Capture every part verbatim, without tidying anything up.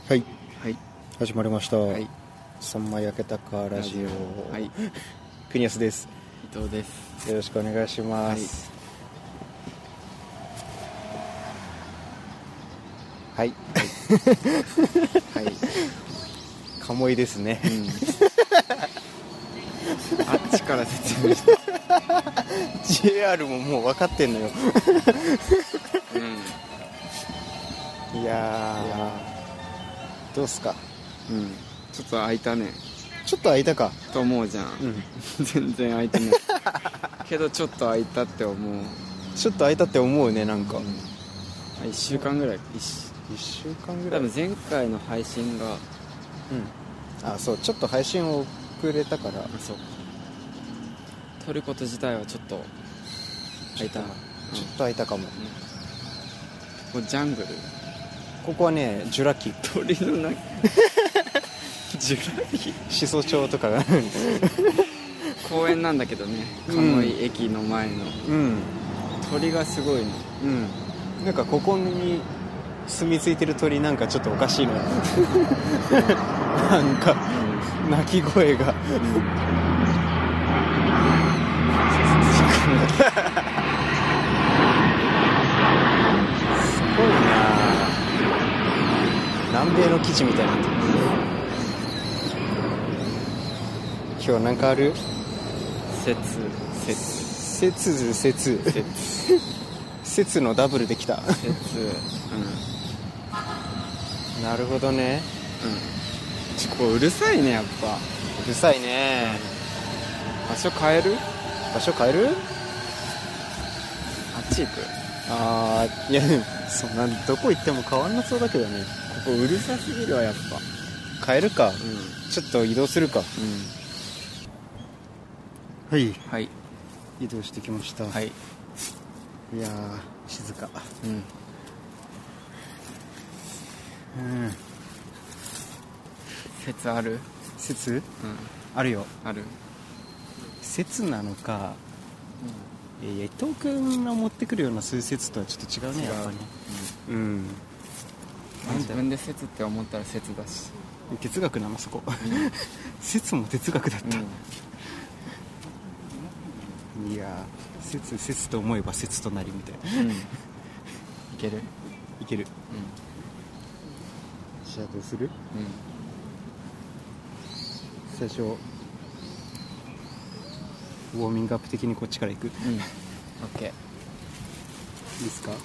はいはい始まりました、 はい、 三枚焼けたかラジオ。 はい、 国安です。 伊藤です。 よろしくお願いします。はい、 はい、はい、 鴨居ですね、 うん、あっちから説明して。 ジェイアール ももう分かってんのよ、うん、いやー、いやーどうっすか。 うん、ちょっと空いたね。 ちょっと空いたかと思うじゃん、うん、全然空いてないけどちょっと空いたって思う。 ちょっと空いたって思うね、なんか、 うん、いっしゅうかんぐらい 1, いっしゅうかんぐらい多分前回の配信が、 うん、あ、そう、ちょっと配信遅れたから。あ、 そう、撮ること自体はちょっと空いた。 ちょっと空いたかも、うん、 ここジャングル、 ここはね、ジュラ紀、 鳥の鳴きジュラ紀、 しそ町とかが公園なんだけどね、鴨居駅の前の、うん、鳥がすごいの、 うん、なんかここに住み着いてる鳥なんかちょっとおかしいのなんか、うん、鳴き声が、うん、すごいな。南米の基地みたいになってる。今日なんかある？ 節節節図節節のダブルできた。節、うん、なるほどね。 うん、ちょっとうるさいね、やっぱ。 うるさいね。 場所変える？ 場所変える？ あっち行く？ あー、いやそんなどこ行っても変わんなそうだけどね。 ここうるさすぎるわ、やっぱ。 変えるか、うん、ちょっと移動するか、うん、はいはい、 移動してきました。 はい、 いやー静か。 うんうん。 説ある？ 説、うん、あるよ。ある。説なのか、うん、いや伊藤君の持ってくるような数説とはちょっと違うね、やっぱり。うん、うん、 まあ、自分で説って思ったら説だし。 哲学なのそこ、うん、説も哲学だった、うん、いや説説と思えば説となりみたいな、うん、いけるいける、うん、じゃあどうする？うん、最初ウォーミングアップ的にこっちから行く？うん、 OK、 いいですか？うん、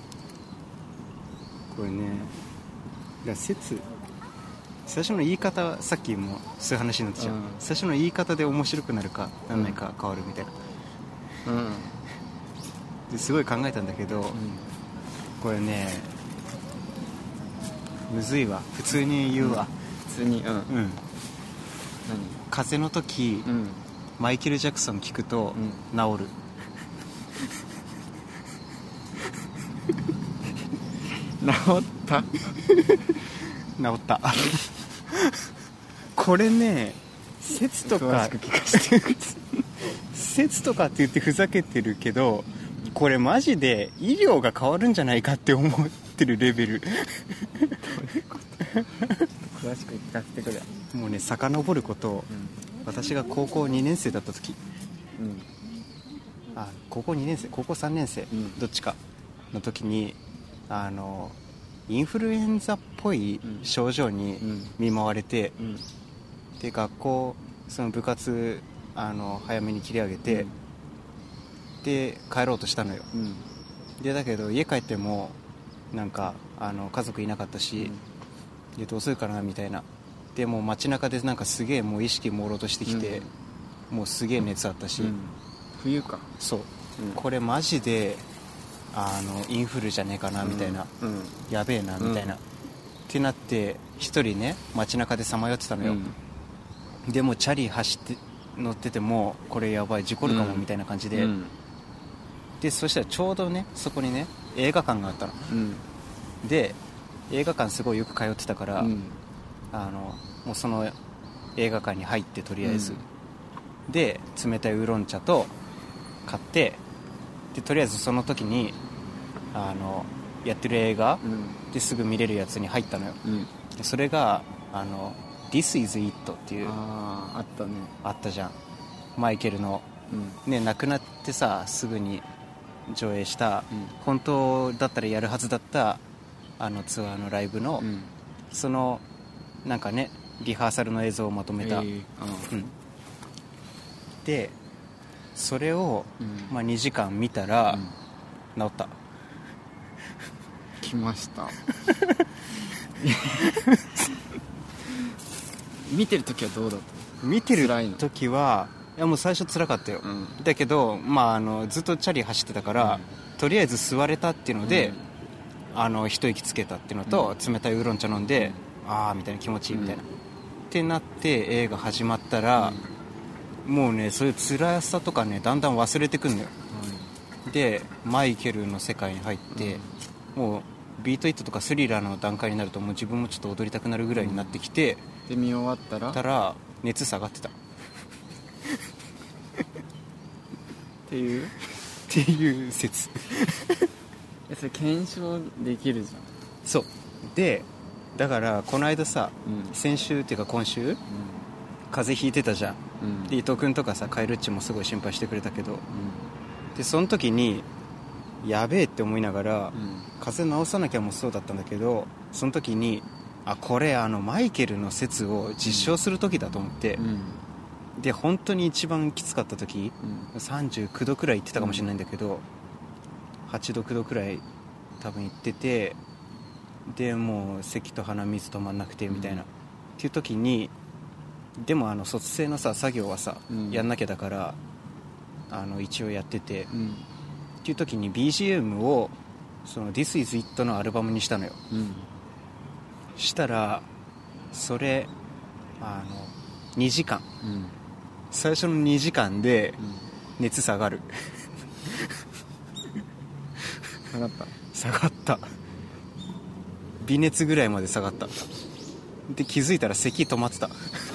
これね、いや説最初の言い方、さっきもそういう話になってたじゃん、うん、最初の言い方で面白くなるかなんないか変わるみたいな、うん、ですごい考えたんだけど、うん、これねむずいわ。普通に言うわ、うん、 普通に、うん、うん、何？ 風邪の時、うん、マイケル・ジャクソン聞くと、うん、治る治った治ったこれね、説とか説とかって言ってふざけてるけど、これマジで医療が変わるんじゃないかって思ってるレベル。どういうこと？ 詳しく聞かせてくれ。 もうね、遡ること、うん、私が高校にねん生だった時、うん、あ高校にねん生高校さんねん生、うん、どっちかの時に、あのインフルエンザっぽい症状に見舞われて、うんうん、で学校その部活あの早めに切り上げて、うん、で帰ろうとしたのよ、うん、でだけど家帰ってもなんかあの家族いなかったし、うん、でどうするかなみたいな。でもう街中でなんかすげえもう意識朦朧としてきて、うん、もうすげえ熱あったし、うん、 冬かそう、うん、これマジであのインフルじゃねえかなみたいな、うん、やべえなみたいな、うん、ってなって一人ね街中でさまよってたのよ、うん、でもチャリ走って乗っててもこれやばい事故るかもみたいな感じで、うん、でそしたらちょうどねそこにね映画館があったの、うん、で映画館すごいよく通ってたから、うん、あのもうその映画館に入ってとりあえず、うん、で冷たいウーロン茶と買って、でとりあえずその時にあのやってる映画、 うん、 ですぐ見れるやつに入ったのよ、 うん、 それがあの This is It っていう、 あああったね、 あったじゃん、マイケルの、うん、ね、亡くなってさすぐに上映した、うん、本当だったらやるはずだったあのツアーのライブの、うん、そのなんかねリハーサルの映像をまとめた、えーうん、でそれを、うんまあ、にじかん見たら、うん、治った来ました見てる時はどうだった？ 見てる時はいやもう最初辛かったよ、うん、だけど、まあ、あのずっとチャリ走ってたから、うん、とりあえず座れたっていうので、うん、あの一息つけたっていうのと、うん、冷たいウーロン茶飲んで、うん、ああみたいな気持ちいいみたいな、うん、ってなって映画始まったら、うん、もうねそういう辛さとかねだんだん忘れてくんのよ、うん、でマイケルの世界に入って、うん、もうビートイットとかスリラーの段階になるともう自分もちょっと踊りたくなるぐらいになってきて、 うん、で見終わったらたら熱下がってたっていうっていう説それ検証できるじゃん。 そうでだからこの間さ、うん、先週っていうか今週、うん、風邪ひいてたじゃん、うん、で伊藤君とかさカエルッチもすごい心配してくれたけど、うん、でその時にやべえって思いながら、うん、風邪治さなきゃもそうだったんだけどその時にあこれあのマイケルの説を実証する時だと思って、うんで本当に一番きつかった時、うん、さんじゅうきゅうどくらい行ってたかもしれないんだけど、うん、はちどきゅうどくらい多分行っててでもう咳と鼻水止まんなくてみたいな、うん、っていう時にでもあの卒生のさ作業はさ、うん、やんなきゃだからあの一応やってて、うん、っていう時に ビージーエム をその This is It のアルバムにしたのよ、うん、したらそれあのにじかん、うん最初のにじかんで熱下がる、 うん、下がった下がった微熱ぐらいまで下がったで気づいたら咳止まってた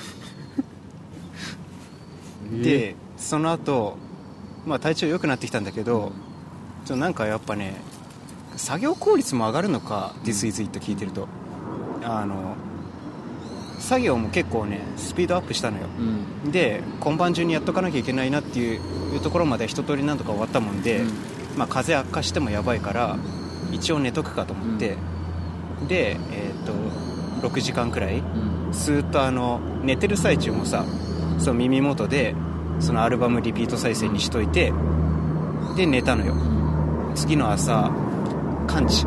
でその後、まあ体調良くなってきたんだけど、うん、ちょなんかやっぱね作業効率も上がるのか、うん、This is It 聞いてるとあの作業も結構ねスピードアップしたのよ、うん、で今晩中にやっとかなきゃいけないなっていうところまで一通りなんとか終わったもんで、うん、まあ、風邪悪化してもやばいから一応寝とくかと思って、うん、で、えー、とろくじかんくらい、うん、スーッとあの寝てる最中もさそう耳元でそのアルバムリピート再生にしといてで寝たのよ、うん、次の朝完治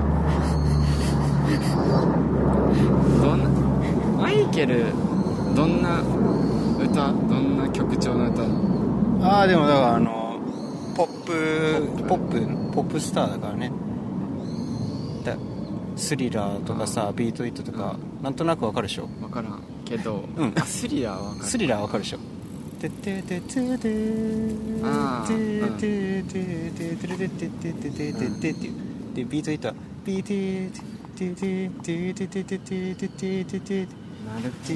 どんなマイケルどんな歌どんな曲調の歌ああでもだからあのポップポップポップスターだからねだスリラーとかさビートイットとか、うん、なんとなくわかるでしょわからんけど、うん、スリラーはわかるスリラーわかるでしょててててててててててててててでビートイットはビーテててててててててててててなるほ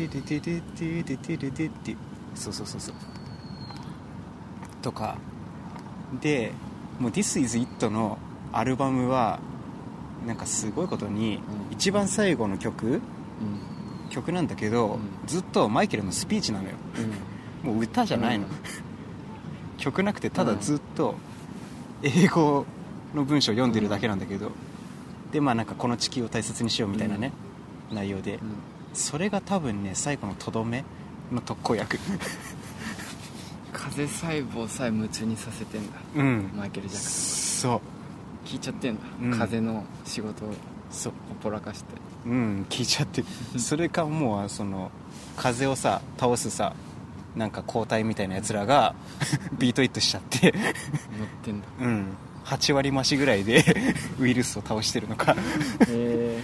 どそうそうそうそうとかでもう This is It のアルバムはなんかすごいことに、うん、一番最後の曲、うん、曲なんだけど、うん、ずっとマイケルのスピーチなのよ、うん、もう歌じゃないの、うん、曲なくてただずっと英語の文章を読んでるだけなんだけど、うん、でまあなんかこの地球を大切にしようみたいなね、うん、内容で、うんそれが多分ね最後のとどめの特効薬風細胞さえ夢中にさせてんだ、うん、マイケル・ジャクソンそう聞いちゃってんだ、うん、風の仕事をそうほっぽらかしてうん聞いちゃってそれかもうその風をさ倒すさなんか抗体みたいなやつらがビートイットしちゃって乗ってんだうんはちわり増しぐらいでウイルスを倒してるのかへえ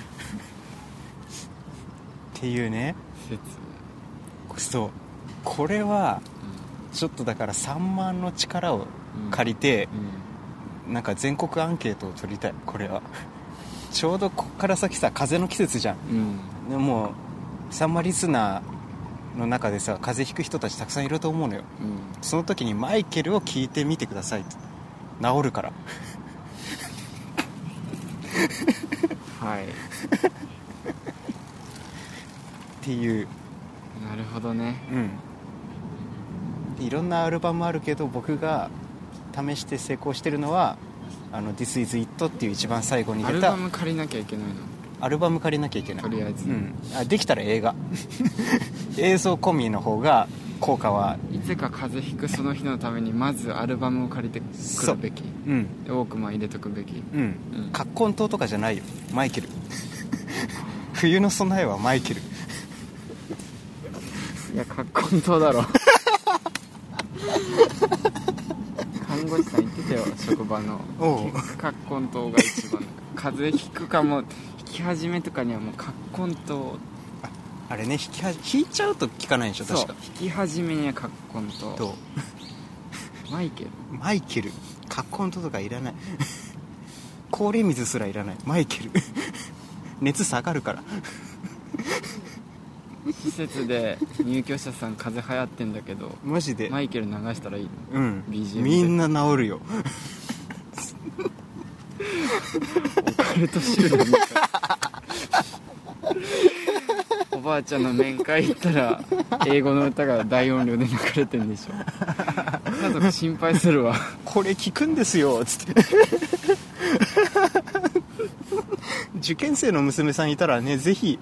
っていうねそうこれはちょっとだからさんまんの力を借りて、うんうん、なんか全国アンケートを取りたいこれはちょうどこっから先さ風邪の季節じゃん、うん、でもさんまリスナーの中でさ風邪ひく人たちたくさんいると思うのよ、うん、その時にマイケルを聞いてみてくださいって治るからはいっていう。 なるほどね。 うん、いろんなアルバムあるけど僕が試して成功してるのはあの This is It っていう一番最後に出た。 アルバム借りなきゃいけないの？ アルバム借りなきゃいけない、 とりあえず、 うん、あできたら映画映像込みの方が効果はいつか風邪ひくその日のためにまずアルバムを借りてくるべき。 う、うん、 でウォークマン入れとくべき。 うん、うん、葛根湯とかじゃないよ、マイケル冬の備えはマイケル。 いや葛根湯だろ看護師さん言ってたよ、職場の。 おう葛根湯が一番風邪ひくかも、引き始めとかにはもう葛根湯。 あれね、引きは引いちゃうと効かないでしょ確か。 引き始めには葛根湯とマイケルマイケル葛根湯とかいらない氷水すらいらない、マイケル熱下がるから施設で入居者さん風邪流行ってんだけどマジでマイケル流したらいいの？ うんビージーエム でみんな治るよオカルト集団みたいおばあちゃんの面会行ったら英語の歌が大音量で流れてんでしょ家族心配するわこれ聞くんですよつって受験生の娘さんいたらねぜひ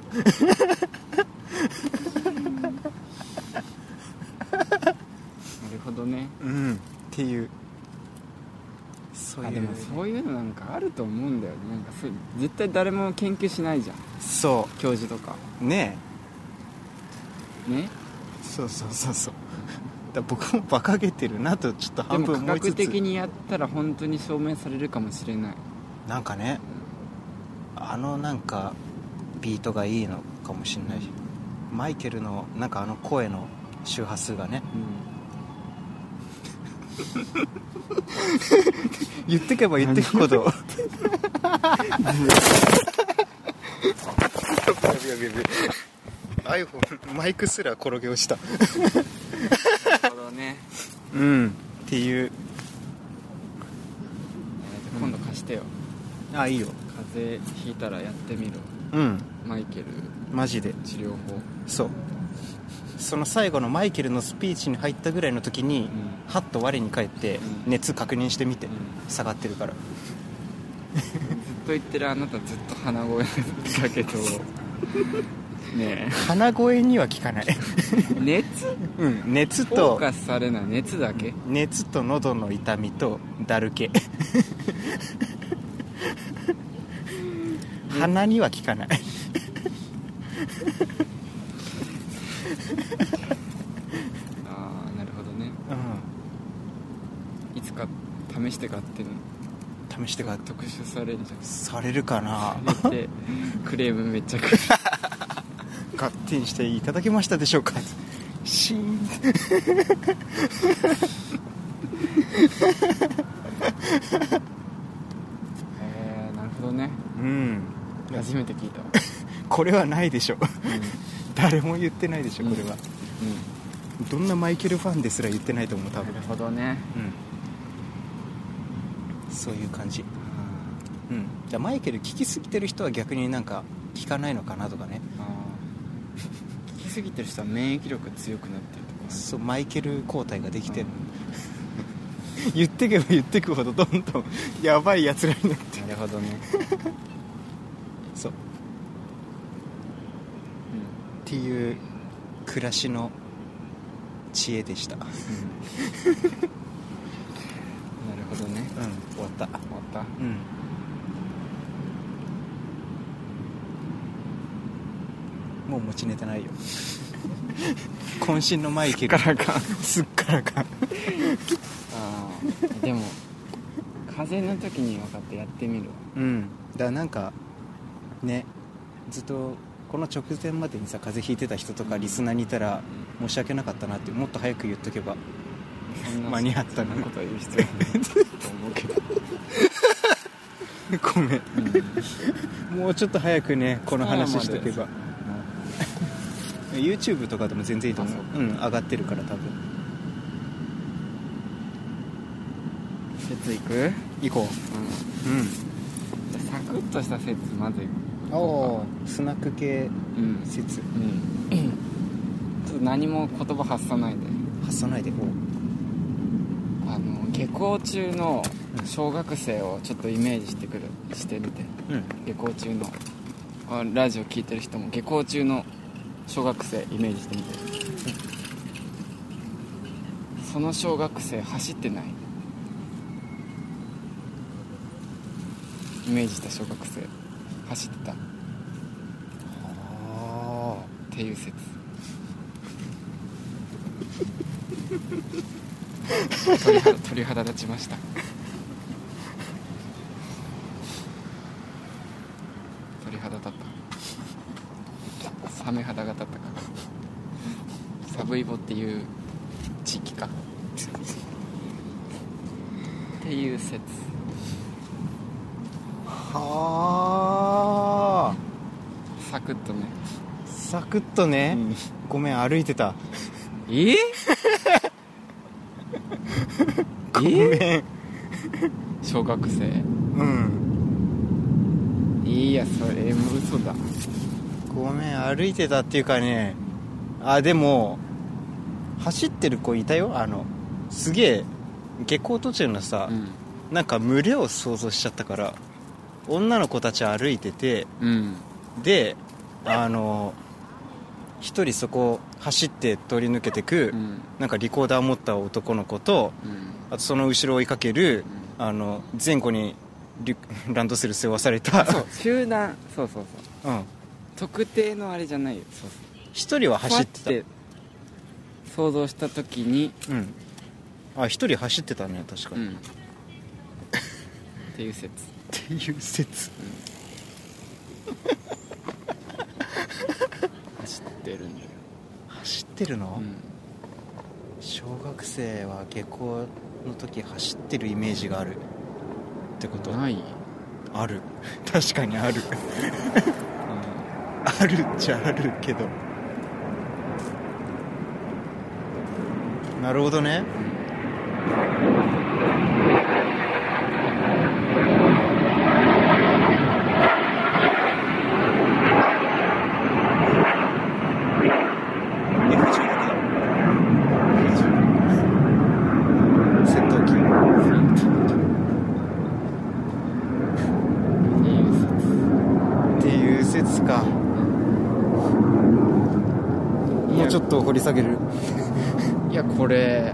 なるほどね。 うんっていうそういう、 あでもそういうのなんかあると思うんだよね。なんかそう絶対誰も研究しないじゃん、 そ教授とかうねえね。 そうそうそうそうだ僕も馬鹿げてるなとちょっとで半も科学分思いつつ、 的にやったら本当に証明されるかもしれない。 なんかねあのなんかビートがいいのかもしれないし、マイケルのなんかあの声の周波数がね、 うん、 言ってけば言ってくほどやべやべやべ iPhone マイクすら転げ落ちたなるほどね。 うんっていう、 今度貸してよ、 あいいよ、 風邪ひいたらやってみる。 うんマイケルマジで治療法。 そうその最後のマイケルのスピーチに入ったぐらいの時に、うん、はっと我に返ってうん、 熱確認してみて、 うん、 下がってるからずっと言ってるあなたずっと鼻声だけどねえ鼻声には効かない熱うん熱フォとーカスされない熱だけ。 熱と喉の痛みとだるけ鼻には効かないああなるほどね。 うんいつか試して買って試してか特殊されるじゃん。 されるかなされてクレームめっちゃ来る合点していただけましたでしょうかシーンえー、なるほどね。 うん初めて聞いたわこれはないでしょ、 うん、 誰も言ってないでしょこれは、 うん、 どんなマイケルファンですら言ってないと思う多分。 なるほどね。 うんそういう感じ。うん、じゃあマイケル聴きすぎてる人は逆になんか聴かないのかなとかね。 あ聴きすぎてる人は免疫力強くなってるとか、ね、 そうマイケル抗体ができてる言ってけば言ってくほどどんどんやばいやつらになってる。 なるほどねそう、うん、っていう暮らしの知恵でした、うん、なるほどね。 うん終わった終わったうんもう持ちネタないよ渾身のマイケルすっからかんすっからかんあでも風邪の時に分かってやってみるわ。 うんだからなんかねずっとこの直前までにさ風邪ひいてた人とかリスナーにいたら申し訳なかったなって、もっと早く言っとけば間に合ったな。 そんなことは言う必要ないと思うけどごめん、うん、もうちょっと早くねこの話しとけばYouTube とかでも全然いいと思う。うん、上がってるから多分。 施設行く？ 行こう。うん、うん、 じゃあクッとした説まずおおスナック系うん説、 うんちょっと何も言葉発さないで発さないでおあの下校中の小学生をちょっとイメージしてくるしてみてうん下校中のあラジオ聞いてる人も下校中の小学生イメージしてみて、うん、その小学生走ってないイメージした小学生走ってたっあていう説鳥肌鳥肌立ちました鳥肌立ったサメ肌が立ったかサブイボっていう地域かっていう説はあサクッとねサクッとね、うん、ごめん歩いてたえごめん小学生うんいやそれもう嘘だごめん歩いてたっていうかねあでも走ってる子いたよあのすげえ下校途中のさ、うん、なんか群れを想像しちゃったから女の子たち歩いてて、うん、であの一人そこ走って通り抜けてく、うん、なんかリコーダー持った男の子と、うん、あとその後ろを追いかける、うん、あの前後にランドセル背負わされたそう集団そうそうそう、うん、特定のあれじゃないよそうそう一人は走ってたって想像した時に、 うん、あ一人走ってたね確かに、うん、 っていう説っていう説、うん走ってるんだよ走ってるの、うん、小学生は下校の時走ってるイメージがあるってことないある確かにある、うん、あるっちゃあるけどなるほどね、もうちょっと掘り下げるいやこれ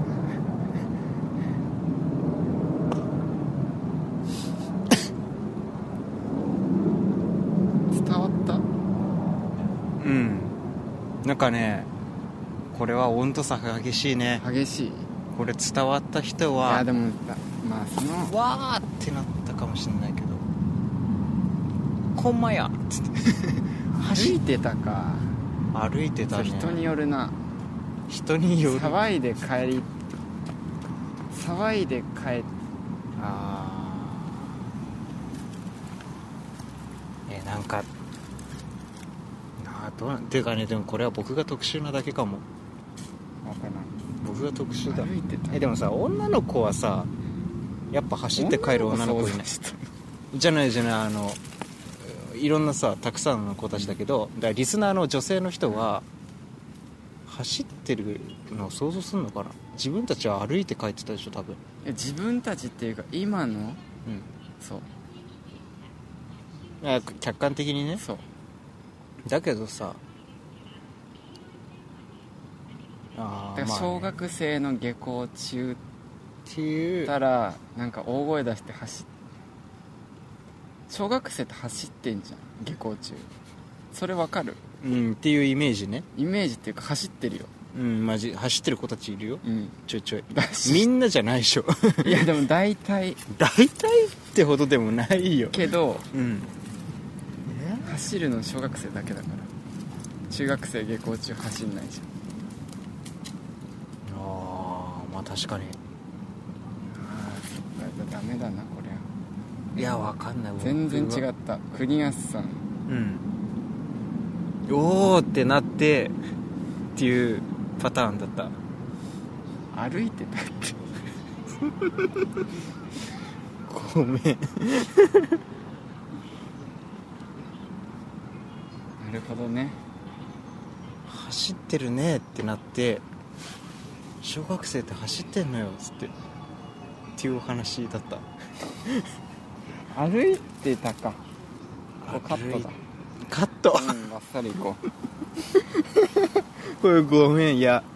伝わったうんなんかねこれは温度差が激しいね激しいこれ伝わった人はいやでもまあそのわーってなったかもしれないけどほんまやっつって歩いてたか歩いてたね人によるな人による騒いで帰り騒いで帰りあえなんかなどうなんていうかねでもこれは僕が特殊なだけかも分からん僕が特殊だ歩いてたえでもさ女の子はさやっぱ走って帰る女の子いないじゃないじゃないあのいろんなさたくさんの子たちだけどだからリスナーの女性の人は走ってるのを想像するのかな自分たちは歩いて帰ってたでしょ多分自分たちっていうか今のうんそう客観的にねそうだけどさあだから小学生の下校中っていうたらなんか大声出して走って小学生って走ってんじゃん下校中それわかるうんっていうイメージねイメージっていうか走ってるようんマジ走ってる子たちいるよ、 うん、 ちょいちょいみんなじゃないでしょいやでも大体大体ってほどでもないよけど、 うん、 走るの小学生だけだから中学生下校中走んないじゃんああまあ確かにああそっかダメだなこりゃいやわかんない全然違った国安さんうんおーってなってっていうパターンだった歩いてたってごめんるほどね。 走ってるねってなって、小学生って走ってんのよっつってっていうお話だった。 歩いてたか。これカットだ。 カット、 うん、バッサリいこうこれごめん。いや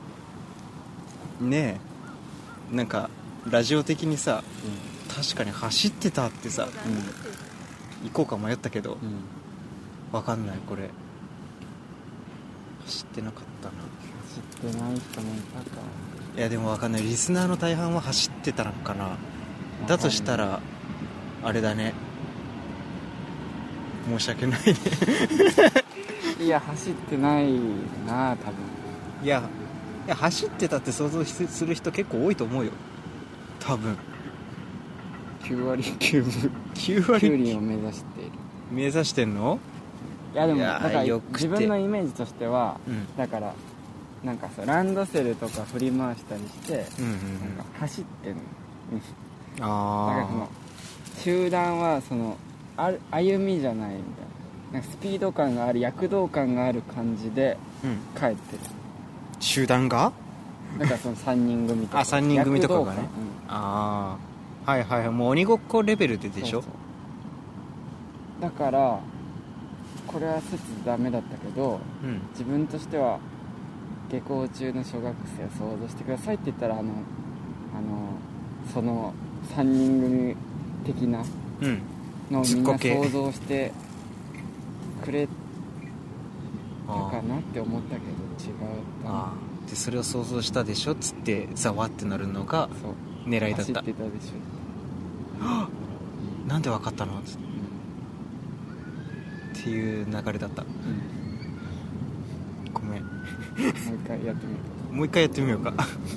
ねえ、なんかラジオ的にさ、うん、確かに走ってたってさ、うん、行こうか迷ったけど、うん、わかんない。これ走ってなかったな。 走ってない人もいたか。 いやでもわかんない。リスナーの大半は走ってたのかな。だとしたらあれだね、申し訳ないねいや走ってないな多分。 いやいや走ってたって想像する人結構多いと思うよ多分。 きゅう割きゅうぶきゅう割きゅう輪を目指している。 目指してんの？ いやでもだから自分のイメージとしては、うん、だからなんかさランドセルとか振り回したりして、うんうんうん、なんか走ってんの。ああ。だからその集団はそのあ歩みじゃないみたいな、なんかスピード感がある躍動感がある感じで帰ってる、 うん、集団がだからそのさんにん組とかあさんにん組とかがね、うん、ああはいはい、もう鬼ごっこレベルででしょ。そうそう、 だからこれは説ダメだったけど、うん、自分としては下校中の小学生を想像してくださいって言ったらあのあのそのさんにん組的なのをみんな想像してくれたかなって思ったけど違う。 ああでそれを想像したでしょっつってざわってなるのが狙いだった。 走ってたでしょ。 はぁ、なんで分かったのっつって、うん、っていう流れだった、うん、ごめんもう一回やってみようか。 もう一回やってみようか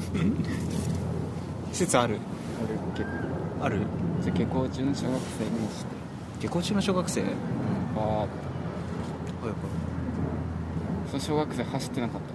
説ある？ ある結構ある？ じゃあ下校中の小学生にして下校中の小学生、うん、 バーッとはいはいその小学生走ってなかった？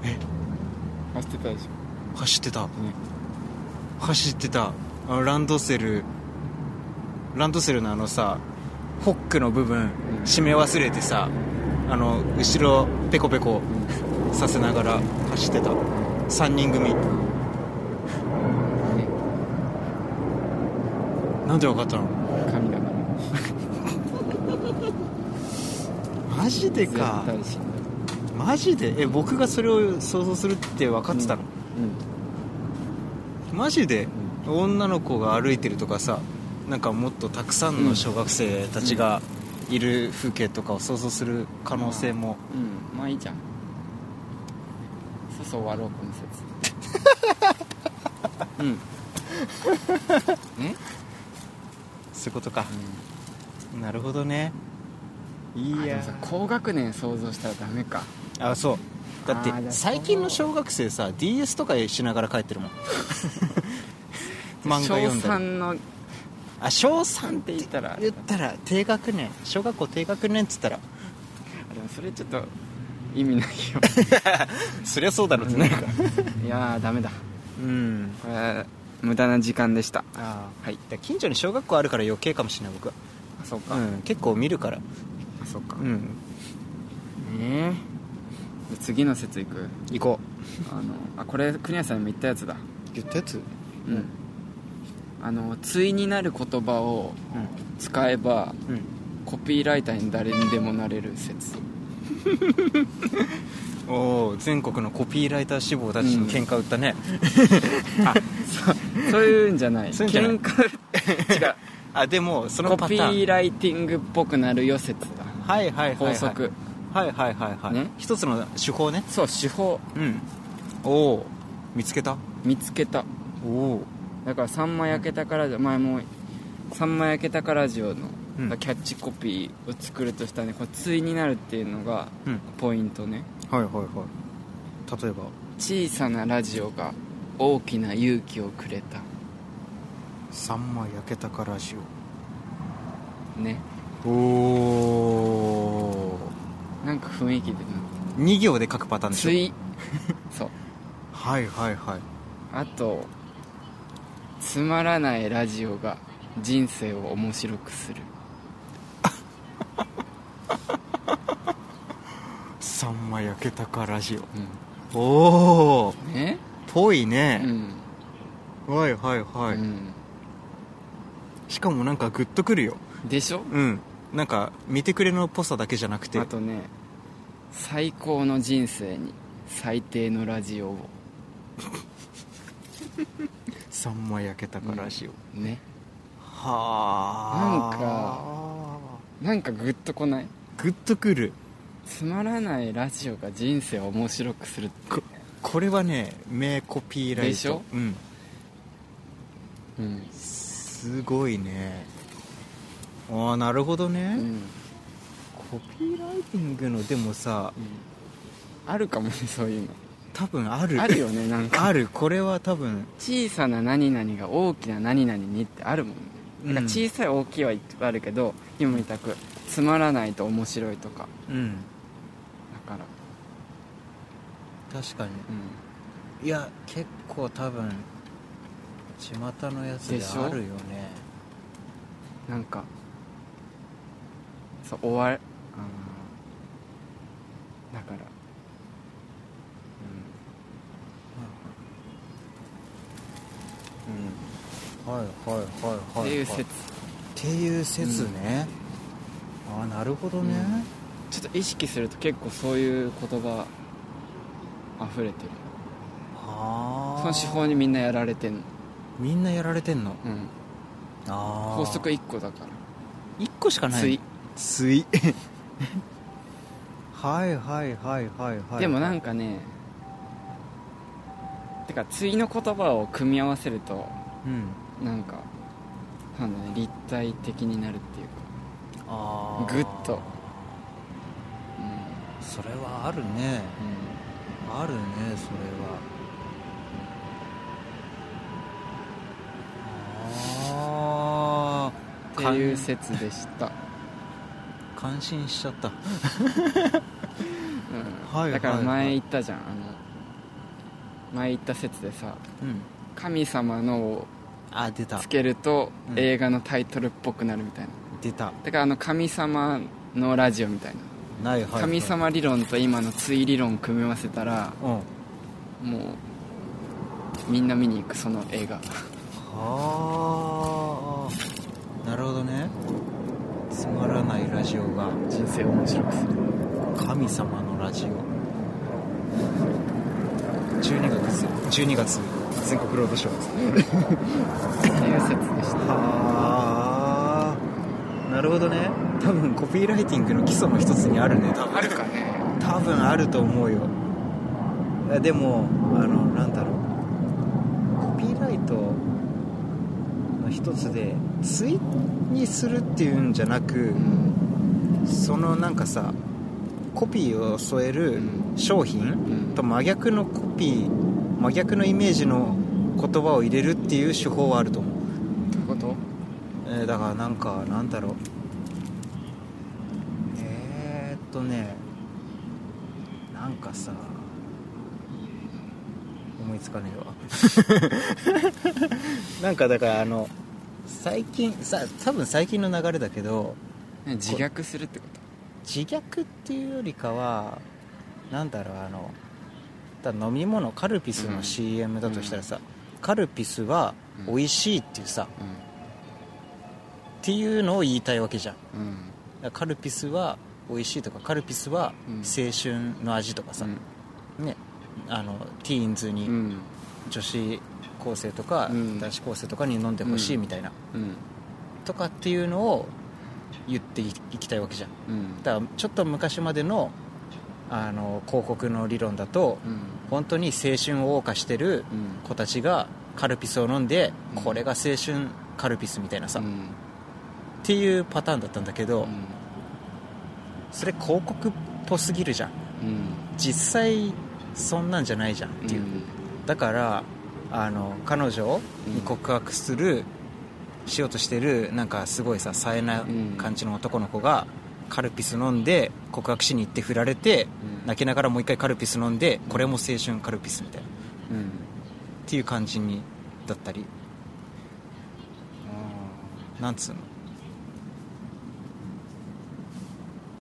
え走ってたでしょ。走ってた、ね、走ってた。あのランドセルランドセルのあのさホックの部分締め忘れてさ、あの後ろペコペコさせながら走ってたさんにん組。なんで分かったの？ 神だからマジでか。マジで？え僕がそれを想像するって分かってたの？うんうん、マジで、うん、女の子が歩いてるとかさ、なんかもっとたくさんの小学生たちがいる風景とかを想像する可能性も、 うん、うん、まあいいじゃん。そうそう終わろうこの説うんえそういうことか、うん、なるほどね。いやでもさ高学年想像したらダメか。 あそうだって最近の小学生さ ディーエス とかしながら帰ってるもん漫画読んだり。 小さんのあ小さんって言ったら言ったら低学年、小学校低学年っつったらでもそれちょっと意味ないよそりゃそうだろうってなんかいやーダメだ。うんこれ無駄な時間でした。 あ、はい、近所に小学校あるから余計かもしれない僕は。 あそうか、 うん、結構見るから。 あそうか、 うんえー、次の説いく。 行こう。あのあこれ国谷さんにも言ったやつだ。 言ったやつ。 うん、あの対になる言葉を使えば、うん、コピーライターに誰にでもなれる説おお全国のコピーライター志望たちに喧嘩売ったね、 うん、あそ, そういうんじゃない。 そういうんじゃない喧嘩違うあでもそのパターンコピーライティングっぽくなるよ説だ。 はいはいはい、はい、 法則。 はいはいはいはい、ね、一つの手法ね。 そう手法。 うんおお見つけた見つけた。 おおだからさんま焼けたから前もさんま焼けたかラジオのキャッチコピーを作るとしたらね、これ対になるっていうのがポイントね、 うん、はいはいはい。例えば小さなラジオが大きな勇気をくれた。 さんま焼けたかラジオね。 おおなんか雰囲気でなに行で書くパターンでしょ。 対そうはいはいはい。 あとつまらないラジオが人生を面白くするさんま焼けたかラジオ、 うん、 おおねぽいね、 うん、 はいはいはい、うん、しかもなんかグッとくるよでしょ。 うん、なんか見てくれのっぽさだけじゃなくて、 あとね、最高の人生に最低のラジオをさんま焼けたかラジオ、 うん、ね、 はあ、なんかなんかグッとこない？ グッとくる。 つまらないラジオが人生を面白くするって、 こ, これはね名コピーライトでしょ。 うん、 うん、 すごいね。ああなるほどね、うん、コピーライティングのでもさ、 うん、あるかもね、そういうの多分あるあるよね。なんかある。これは多分小さな何々が大きな何々にってあるもんね。なんか小さい大きいはいっぱいあるけど、今言ったくつまらないと面白いとか、うん、だから確かに、うん、いや結構多分巷のやつであるよね。 なんかそう終わる、だから、 うん、うん、はいはいはいはい、 っていう説っていう説ね、うん、ああなるほどね、うん、 ちょっと意識すると結構そういう言葉溢れてる。はあ、その手法にみんなやられてんの。みんなやられてんの、 うん、あ法則いっこだからいっこしかない。 対対はいはいはいはいはい。 でもなんかね、てか対の言葉を組み合わせると、うん、なんかなんだね、立体的になるっていうか、あグッと、うん、 それはあるね、うん、あるねそれは。あっていう説でした。 感心しちゃった、 うんはい、だから前言ったじゃん、あの前言った説でさ、うん、神様のをつけると映画のタイトルっぽくなるみたいな。 出た。 だからあの神様のラジオみたいな、はいはいはい、神様理論と今の対理論組み合わせたら、うん、もうみんな見に行くその映画。 はあなるほどね。つまらないラジオが人生を面白くする神様のラジオ。じゅうにがつじゅうにがつ全国ロードショーっていう説でした。 はあなるほどね。多分コピーライティングの基礎の一つにあるね。多分あるかね。 多分あると思うよ。いやでもあのなんだろう、コピーライトの一つで対にするっていうんじゃなく、うん、そのなんかさコピーを添える商品と真逆のコピー、真逆のイメージの言葉を入れるっていう手法はあると思う。 どういうこと？ えー、だからなんかなんだろう、えーっとねなんかさ思いつかねえわなんかだからあの最近さ多分最近の流れだけど、 自虐するってこと？ 自虐っていうよりかはなんだろう、あのだ飲み物カルピスの シーエム だとしたらさ、うん、カルピスは美味しいっていうさ、うん、っていうのを言いたいわけじゃん、うん、カルピスは美味しいとかカルピスは青春の味とかさ、うん、ね、あのティーンズに女子高生とか男子高生とかに飲んでほしいみたいな、うんうん、とかっていうのを言っていきたいわけじゃん、うん、だからちょっと昔までのあの広告の理論だと、うん、本当に青春を謳歌してる子たちがカルピスを飲んで、うん、これが青春カルピスみたいなさ、うん、っていうパターンだったんだけど、うん、それ広告っぽすぎるじゃん、うん、実際そんなんじゃないじゃんっていう、うん、だからあの彼女に告白する、うん、しようとしてるなんかすごいさ冴えな感じの男の子がカルピス飲んで告白しに行って振られて、うん、泣きながらもう一回カルピス飲んで、これも青春カルピスみたいな、うん、っていう感じにだったり、なんつうの、